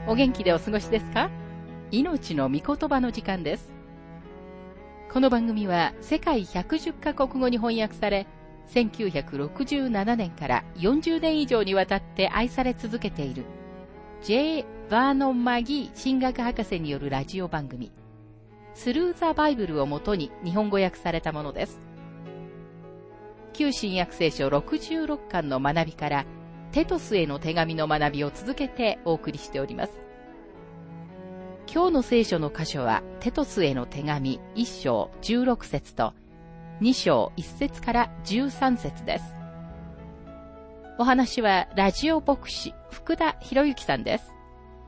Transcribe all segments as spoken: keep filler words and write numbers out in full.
お元気でお過ごしですか？命の御言葉の時間です。この番組は世界ひゃくじゅっカ国語に翻訳され、せんきゅうひゃくろくじゅうななねんからよんじゅうねん以上にわたって愛され続けている J. バーノン・マギー神学博士によるラジオ番組、スルー・ザ・バイブルをもとに日本語訳されたものです。旧新約聖書ろくじゅうろっかんの学びからテトスへの手紙の学びを続けてお送りしております。今日の聖書の箇所はテトスへの手紙いっ章じゅうろく節とに章いち節からじゅうさん節です。お話はラジオ牧師福田博之さんです。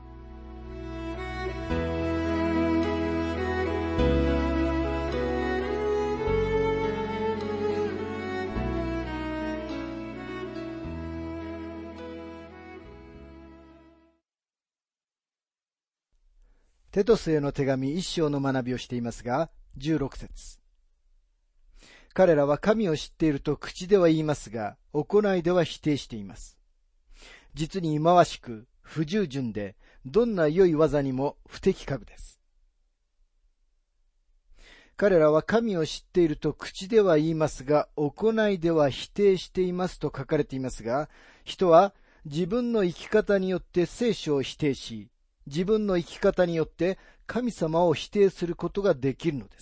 テトスへの手紙一章の学びをしていますが、じゅうろく節。彼らは神を知っていると口では言いますが、行いでは否定しています。実に忌まわしく、不従順で、どんな良い技にも不適格です。彼らは神を知っていると口では言いますが、行いでは否定していますと書かれていますが、人は自分の生き方によって聖書を否定し、自分の生き方によって神様を否定することができるのです。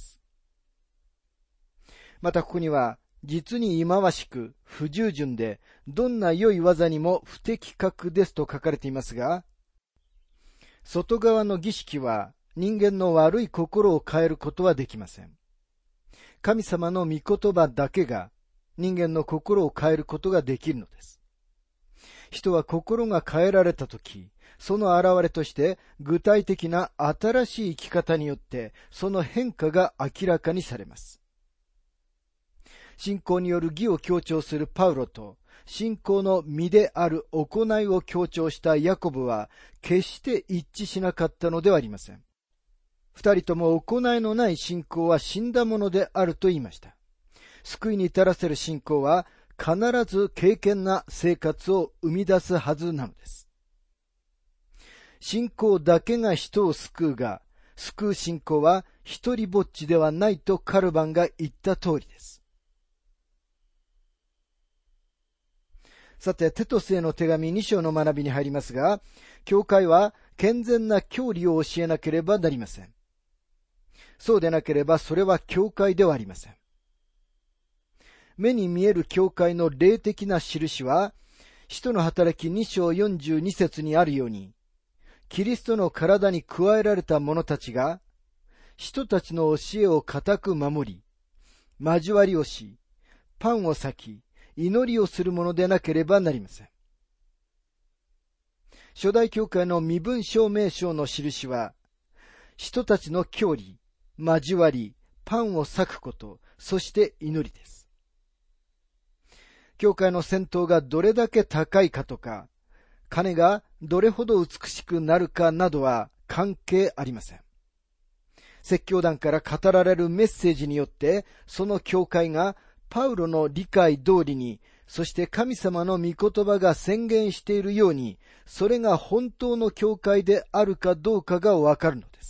またここには、実に忌まわしく、不従順で、どんな良い技にも不適格ですと書かれていますが、外側の儀式は人間の悪い心を変えることはできません。神様の御言葉だけが人間の心を変えることができるのです。人は心が変えられたとき、その現れとして具体的な新しい生き方によってその変化が明らかにされます。信仰による義を強調するパウロと信仰の実である行いを強調したヤコブは決して一致しなかったのではありません。二人とも行いのない信仰は死んだものであると言いました。救いに至らせる信仰は必ず敬虔な生活を生み出すはずなのです。信仰だけが人を救うが、救う信仰は一人ぼっちではないとカルバンが言った通りです。さて、テトスへの手紙に章の学びに入りますが、教会は健全な教理を教えなければなりません。そうでなければそれは教会ではありません。目に見える教会の霊的な印は、使徒の働きに章よんじゅうに節にあるように、キリストの体に加えられた者たちが、人たちの教えを固く守り、交わりをし、パンを裂き、祈りをするものでなければなりません。初代教会の身分証明書の印は、人たちの教理、交わり、パンを裂くこと、そして祈りです。教会の戦闘がどれだけ高いかとか、金がどれほど美しくなるかなどは関係ありません。説教団から語られるメッセージによって、その教会がパウロの理解通りに、そして神様の御言葉が宣言しているように、それが本当の教会であるかどうかがわかるのです。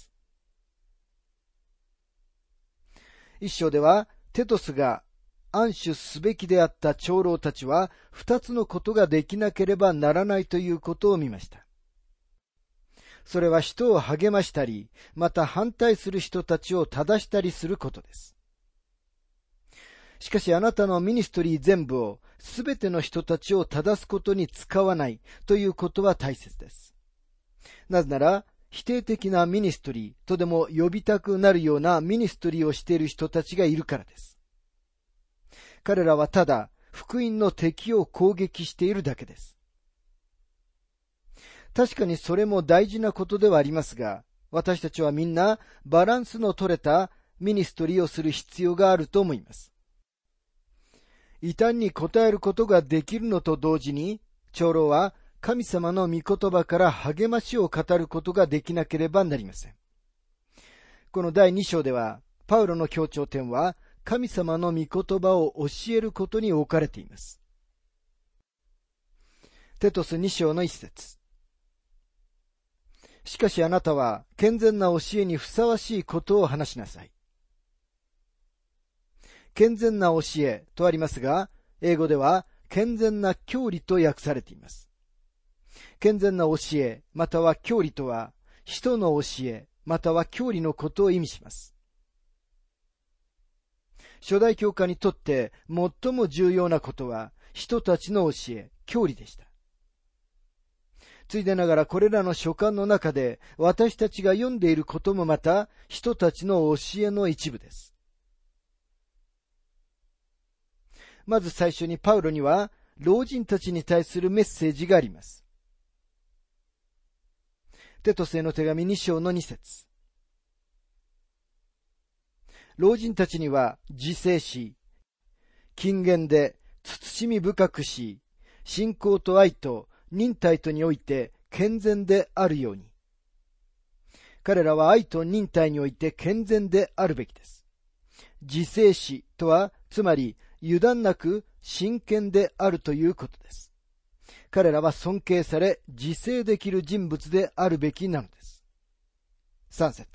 一章では、テトスが安守すべきであった長老たちは二つのことができなければならないということを見ました。それは人を励ましたり、また反対する人たちを正したりすることです。しかしあなたのミニストリー全部をすべての人たちを正すことに使わないということは大切です。なぜなら、否定的なミニストリーとでも呼びたくなるようなミニストリーをしている人たちがいるからです。彼らはただ福音の敵を攻撃しているだけです。確かにそれも大事なことではありますが、私たちはみんなバランスの取れたミニストリーをする必要があると思います。異端に応えることができるのと同時に、長老は神様の御言葉から励ましを語ることができなければなりません。このだいに章では、パウロの強調点は、神様の御言葉を教えることに置かれています。テトスに章の一節。 しかしあなたは健全な教えにふさわしいことを話しなさい。健全な教えとありますが、英語では健全な教理と訳されています。健全な教えまたは教理とは、人の教えまたは教理のことを意味します。初代教会にとって最も重要なことは、人たちの教え、教理でした。ついでながらこれらの書簡の中で私たちが読んでいることもまた人たちの教えの一部です。まず最初にパウロには老人たちに対するメッセージがあります。テトスへの手紙に章のに節。老人たちには自制し、謹厳で慎み深くし、信仰と愛と忍耐とにおいて健全であるように。彼らは愛と忍耐において健全であるべきです。自制しとは、つまり油断なく真剣であるということです。彼らは尊敬され自制できる人物であるべきなのです。さん節。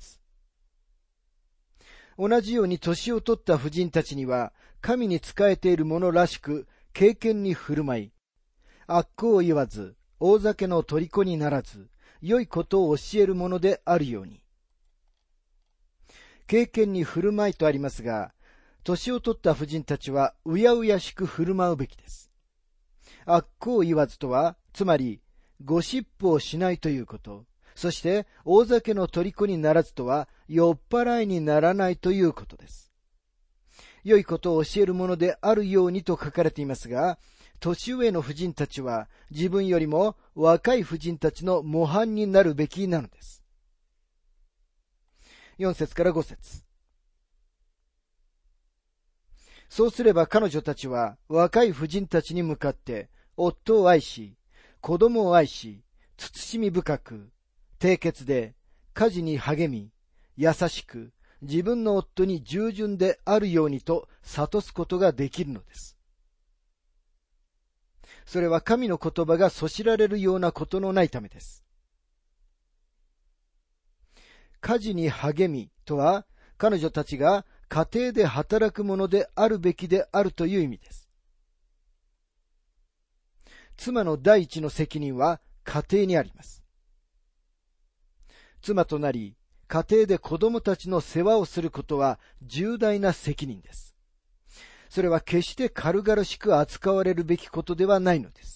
同じように年を取った婦人たちには神に仕えている者らしく敬虔に振る舞い、悪行を言わず、大酒の虜にならず、良いことを教えるものであるように。敬虔に振る舞いとありますが、年を取った婦人たちはうやうやしく振る舞うべきです。悪行を言わずとは、つまり、ゴシップをしないということ。そして、大酒の虜にならずとは、酔っ払いにならないということです。良いことを教えるものであるようにと書かれていますが、年上の婦人たちは自分よりも若い婦人たちの模範になるべきなのです。よん節からご節。そうすれば彼女たちは若い婦人たちに向かって夫を愛し、子供を愛し、慎み深く、貞潔で、家事に励み、優しく、自分の夫に従順であるようにと諭すことができるのです。それは神の言葉がそしられるようなことのないためです。家事に励みとは、彼女たちが家庭で働くものであるべきであるという意味です。妻の第一の責任は家庭にあります。妻となり、家庭で子供たちの世話をすることは重大な責任です。それは決して軽々しく扱われるべきことではないのです。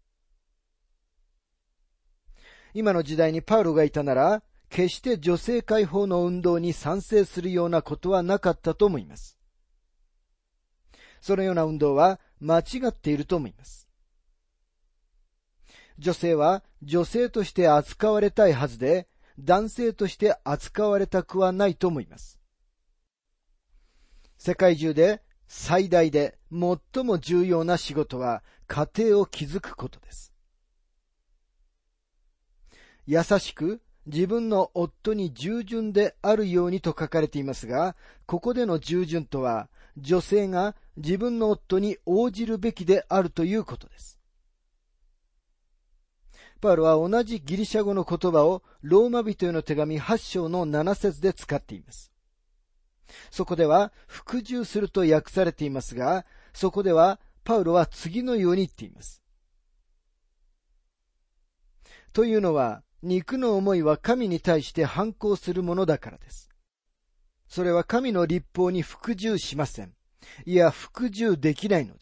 今の時代にパウロがいたなら、決して女性解放の運動に賛成するようなことはなかったと思います。そのような運動は間違っていると思います。女性は女性として扱われたいはずで、男性として扱われたくはないと思います。世界中で最大で最も重要な仕事は家庭を築くことです。優しく自分の夫に従順であるようにと書かれていますが、ここでの従順とは女性が自分の夫に応じるべきであるということです。パウロは同じギリシャ語の言葉をローマ人への手紙はち章のなな節で使っています。そこでは服従すると訳されていますが、そこではパウロは次のように言っています。というのは、肉の思いは神に対して反抗するものだからです。それは神の律法に服従しません。いや、服従できないのです。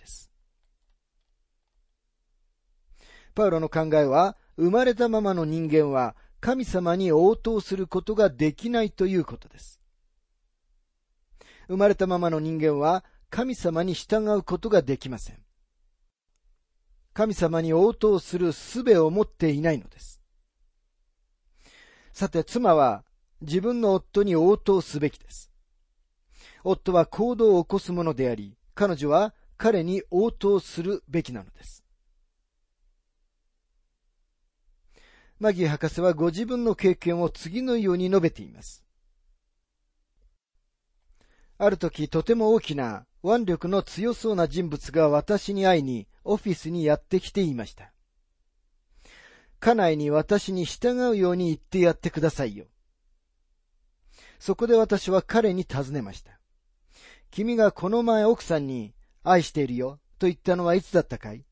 パウロの考えは、生まれたままの人間は神様に応答することができないということです。生まれたままの人間は神様に従うことができません。神様に応答する術を持っていないのです。さて、妻は自分の夫に応答すべきです。夫は行動を起こすものであり、彼女は彼に応答するべきなのです。マギー博士はご自分の経験を次のように述べています。ある時、とても大きな腕力の強そうな人物が私に会いにオフィスにやってきていました。 家内に私に従うように言ってやってくださいよ。そこで私は彼に尋ねました。君がこの前奥さんに愛しているよと言ったのはいつだったかい？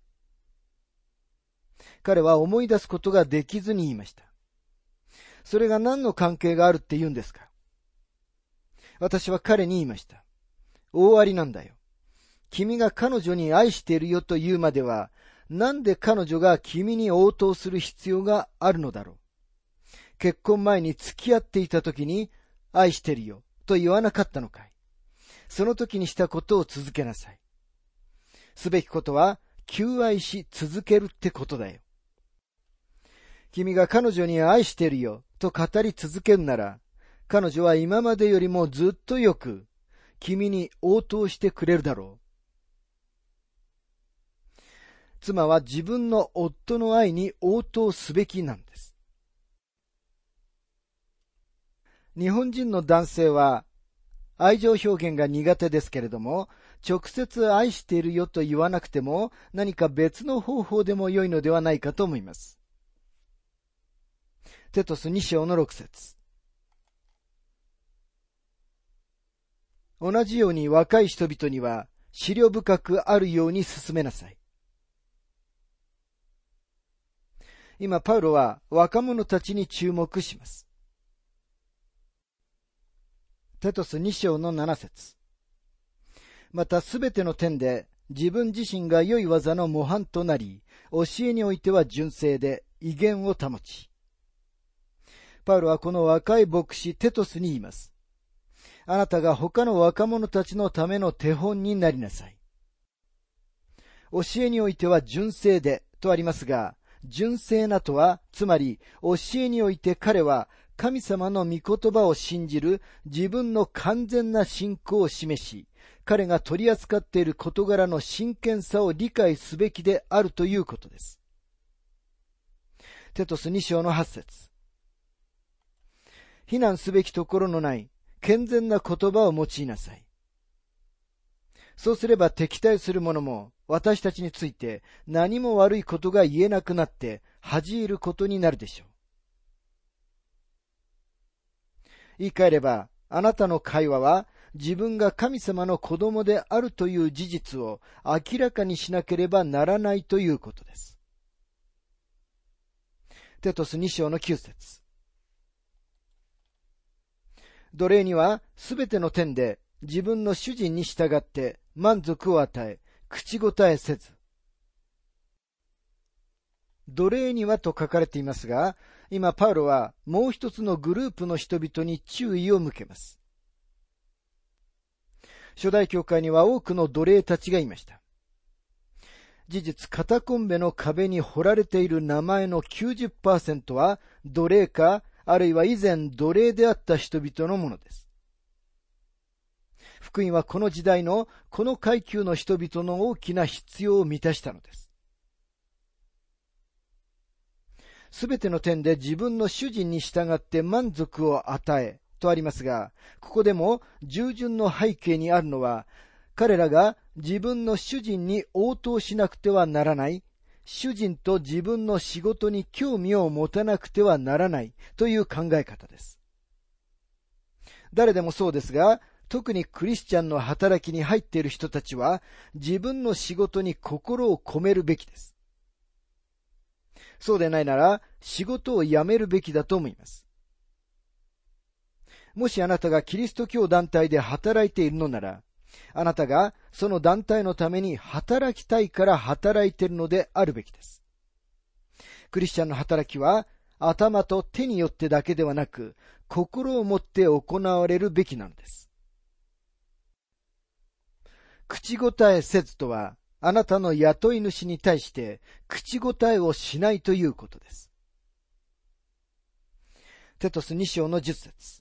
彼は思い出すことができずに言いました。それが何の関係があるって言うんですか？私は彼に言いました。大ありなんだよ。君が彼女に愛しているよと言うまでは、なんで彼女が君に応答する必要があるのだろう。結婚前に付き合っていた時に愛してるよと言わなかったのかい。その時にしたことを続けなさい。すべきことは求愛し続けるってことだよ。君が彼女に愛してるよと語り続けるなら、彼女は今までよりもずっとよく君に応答してくれるだろう。妻は自分の夫の愛に応答すべきなんです。日本人の男性は愛情表現が苦手ですけれども、直接愛しているよと言わなくても何か別の方法でも良いのではないかと思います。テトスに章のろく節。同じように若い人々には思慮深くあるように進めなさい。今パウロは若者たちに注目します。テトスに章のなな節。またすべての点で自分自身が良い技の模範となり、教えにおいては純正で威厳を保ち。パウロはこの若い牧師テトスに言います。あなたが他の若者たちのための手本になりなさい。教えにおいては純正でとありますが、純正なとは、つまり教えにおいて彼は神様の御言葉を信じる自分の完全な信仰を示し、彼が取り扱っている事柄の真剣さを理解すべきであるということです。テトスに章のはち節。非難すべきところのない健全な言葉を用いなさい。そうすれば敵対する者も私たちについて何も悪いことが言えなくなって恥じることになるでしょう。言い換えれば、あなたの会話は自分が神様の子供であるという事実を明らかにしなければならないということです。テトスに章のきゅう節。奴隷にはすべての点で自分の主人に従って満足を与え、口答えせず。奴隷にはと書かれていますが、今パウロはもう一つのグループの人々に注意を向けます。初代教会には多くの奴隷たちがいました。事実、カタコンベの壁に彫られている名前の きゅうじゅっパーセント は奴隷か、あるいは以前奴隷であった人々のものです。福音はこの時代のこの階級の人々の大きな必要を満たしたのです。すべての点で自分の主人に従って満足を与えとありますが、ここでも従順の背景にあるのは、彼らが自分の主人に応答しなくてはならない、主人と自分の仕事に興味を持たなくてはならないという考え方です。誰でもそうですが、特にクリスチャンの働きに入っている人たちは、自分の仕事に心を込めるべきです。そうでないなら、仕事を辞めるべきだと思います。もしあなたがキリスト教団体で働いているのなら、あなたがその団体のために働きたいから働いているのであるべきです。クリスチャンの働きは頭と手によってだけではなく、心を持って行われるべきなのです。口答えせずとは、あなたの雇い主に対して口答えをしないということです。テトスに章のじゅっ節。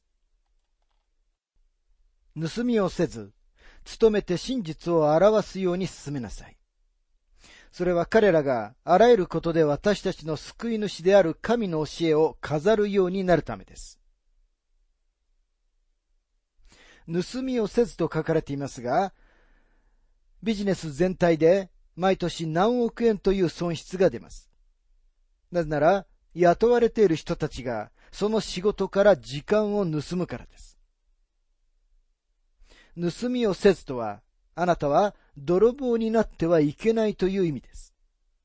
盗みをせず、努めて真実を表すように進めなさい。それは彼らがあらゆることで私たちの救い主である神の教えを飾るようになるためです。盗みをせずと書かれていますが、ビジネス全体で毎年何億円という損失が出ます。なぜなら、 雇われている人たちがその仕事から時間を盗むからです。盗みをせずとは、あなたは泥棒になってはいけないという意味です。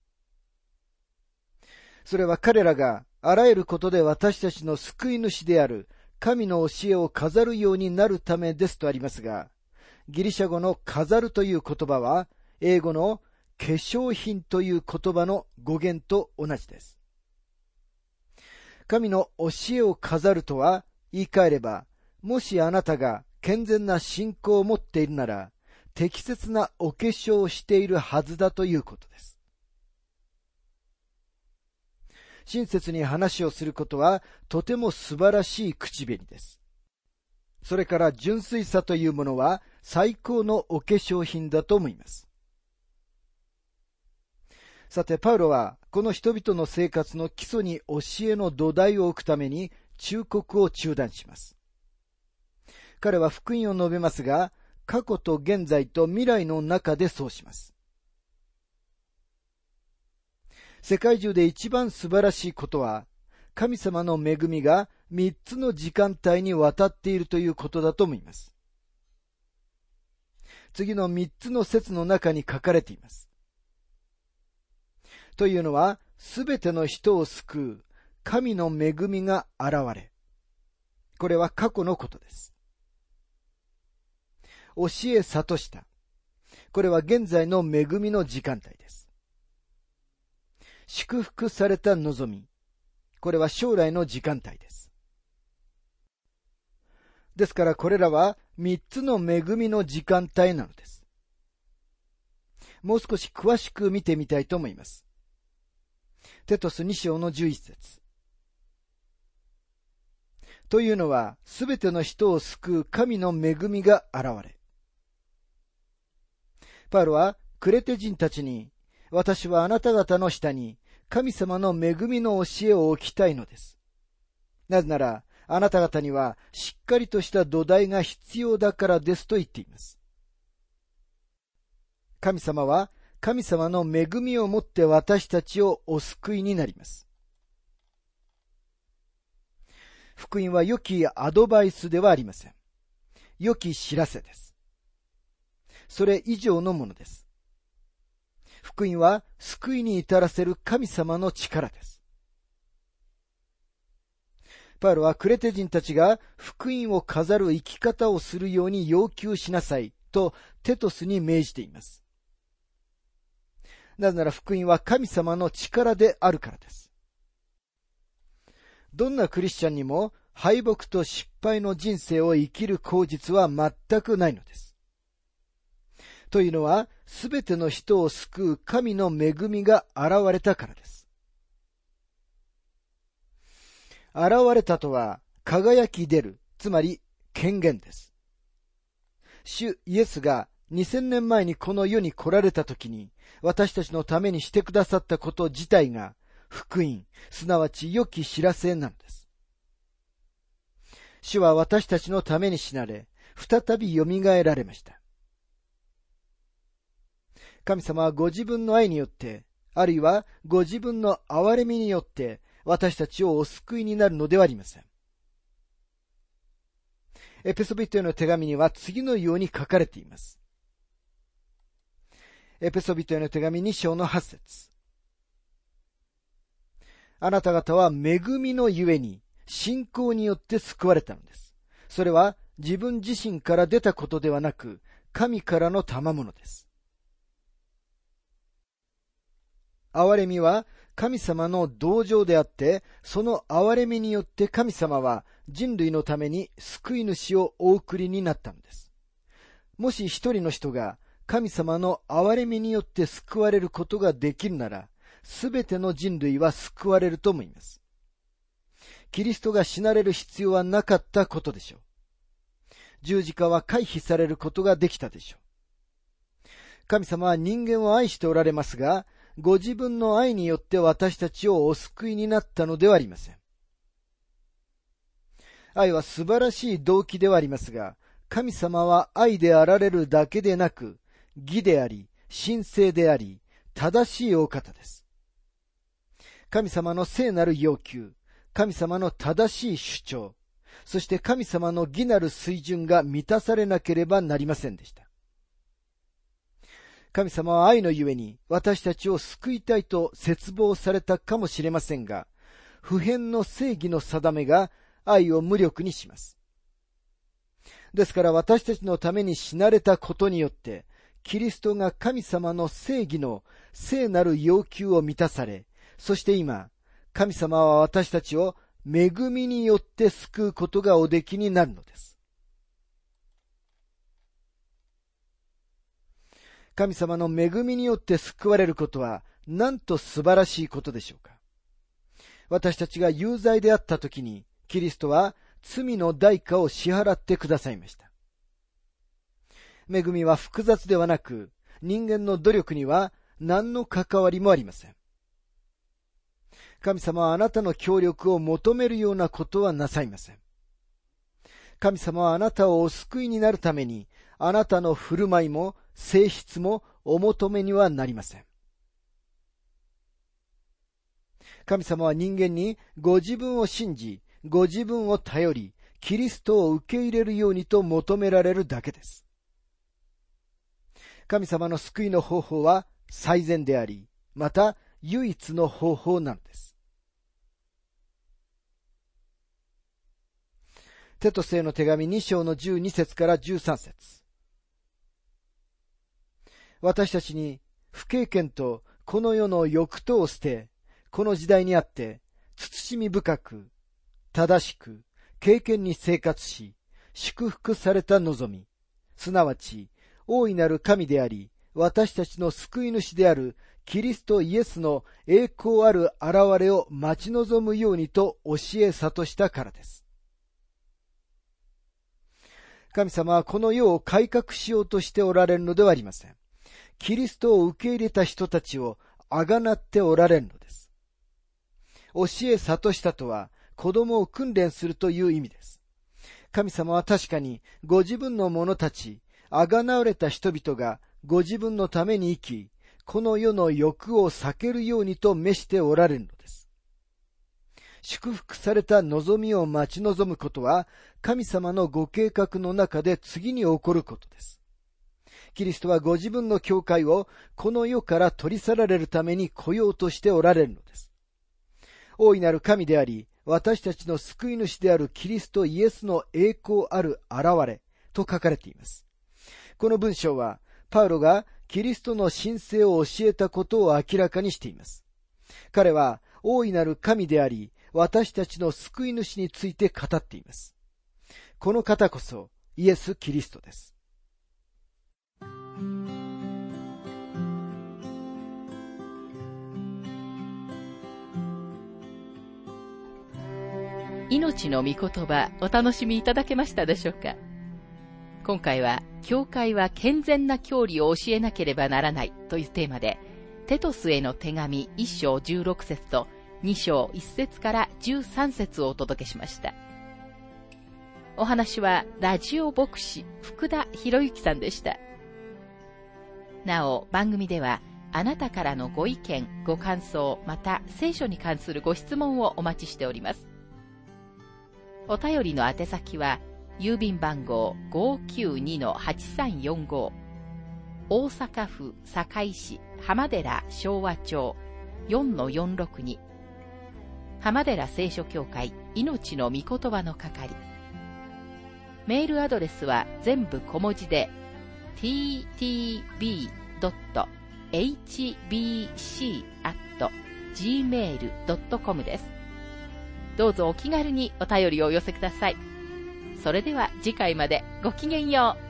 それは彼らがあらゆることで私たちの救い主である神の教えを飾るようになるためですとありますが、ギリシャ語の飾るという言葉は、英語の化粧品という言葉の語源と同じです。神の教えを飾るとは、言い換えれば、もしあなたが健全な信仰を持っているなら、適切なお化粧をしているはずだということです。親切に話をすることは、とても素晴らしい口紅です。それから純粋さというものは、最高のお化粧品だと思います。さて、パウロは、この人々の生活の基礎に教えの土台を置くために、忠告を中断します。彼は福音を述べますが、過去と現在と未来の中でそうします。世界中で一番素晴らしいことは、神様の恵みが三つの時間帯にわたっているということだと思います。次の三つの説の中に書かれています。というのは、すべての人を救う神の恵みが現れ、これは過去のことです。教え諭した。これは現在の恵みの時間帯です。祝福された望み。これは将来の時間帯です。ですからこれらは三つの恵みの時間帯なのです。もう少し詳しく見てみたいと思います。テトスに章のじゅういち節。というのは、すべての人を救う神の恵みが現れ。パウロはクレテ人たちに、私はあなた方の下に神様の恵みの教えを置きたいのです。なぜなら、あなた方にはしっかりとした土台が必要だからですと言っています。神様は神様の恵みをもって私たちをお救いになります。福音は良きアドバイスではありません。良き知らせです。それ以上のものです。福音は救いに至らせる神様の力です。パウロはクレテ人たちが福音を飾る生き方をするように要求しなさいとテトスに命じています。なぜなら福音は神様の力であるからです。どんなクリスチャンにも敗北と失敗の人生を生きる口実は全くないのです。というのは、すべての人を救う神の恵みが現れたからです。現れたとは、輝き出る、つまり権限です。主イエスがにせんねんまえにこの世に来られたときに、私たちのためにしてくださったこと自体が、福音、すなわち良き知らせなのです。主は私たちのために死なれ、再び蘇られました。神様はご自分の愛によって、あるいはご自分の憐れみによって、私たちをお救いになるのではありません。エペソビトへの手紙には次のように書かれています。エペソビトへの手紙に章のはち節。あなた方は恵みのゆえに信仰によって救われたのです。それは自分自身から出たことではなく、神からの賜物です。憐れみは神様の同情であって、その憐れみによって神様は人類のために救い主をお送りになったのです。もし一人の人が神様の憐れみによって救われることができるなら、すべての人類は救われると思います。キリストが死なれる必要はなかったことでしょう。十字架は回避されることができたでしょう。神様は人間を愛しておられますが、ご自分の愛によって私たちをお救いになったのではありません。愛は素晴らしい動機ではありますが、神様は愛であられるだけでなく、義であり、神聖であり、正しいお方です。 神様の聖なる要求、神様の正しい主張、そして神様の義なる水準が満たされなければなりませんでした。神様は愛のゆえに私たちを救いたいと切望されたかもしれませんが、不変の正義の定めが愛を無力にします。ですから私たちのために死なれたことによって、キリストが神様の正義の聖なる要求を満たされ、そして今、神様は私たちを恵みによって救うことがおできになるのです。神様の恵みによって救われることは、なんと素晴らしいことでしょうか。私たちが有罪であったときに、キリストは罪の代価を支払ってくださいました。恵みは複雑ではなく、人間の努力には何の関わりもありません。神様はあなたの協力を求めるようなことはなさいません。神様はあなたをお救いになるために、あなたの振る舞いも性質もお求めにはなりません。神様は人間にご自分を信じ、ご自分を頼り、キリストを受け入れるようにと求められるだけです。神様の救いの方法は最善であり、また唯一の方法なのです。テトスへの手紙に章のじゅうに節からじゅうさん節。私たちに不経験とこの世の欲とを捨て、この時代にあって慎み深く、正しく、経験に生活し、祝福された望み、すなわち大いなる神であり、私たちの救い主であるキリストイエスの栄光ある現れを待ち望むようにと教え諭したからです。神様はこの世を改革しようとしておられるのではありません。キリストを受け入れた人たちをあがなっておられるのです。教え諭したとは子供を訓練するという意味です。神様は確かにご自分の者たち、あがなわれた人々がご自分のために生き、この世の欲を避けるようにと召しておられるのです。祝福された望みを待ち望むことは、神様のご計画の中で次に起こることです。キリストはご自分の教会をこの世から取り去られるために来ようとしておられるのです。大いなる神であり、私たちの救い主であるキリストイエスの栄光ある現れと書かれています。この文章は、パウロがキリストの神聖を教えたことを明らかにしています。彼は大いなる神であり、私たちの救い主について語っています。この方こそイエス・キリストです。 命の御言葉、お楽しみいただけましたでしょうか。今回は、教会は健全な教理を教えなければならないというテーマで、テトスへの手紙いっ章じゅうろく節とに章いち節からじゅうさん節をお届けしました。お話はラジオ牧師福田博之さんでした。なお、番組ではあなたからのご意見、ご感想、また聖書に関するご質問をお待ちしております。お便りの宛先は、郵便番号 ごーきゅうにのはちさんよんご、大阪府堺市浜寺昭和町 よんのよんろくに、浜寺聖書協会命の御言葉の係。メールアドレスは全部小文字で ティーティービードットエイチビーシーアットジーメールドットコム です。どうぞお気軽にお便りをお寄せください。それでは次回までごきげんよう。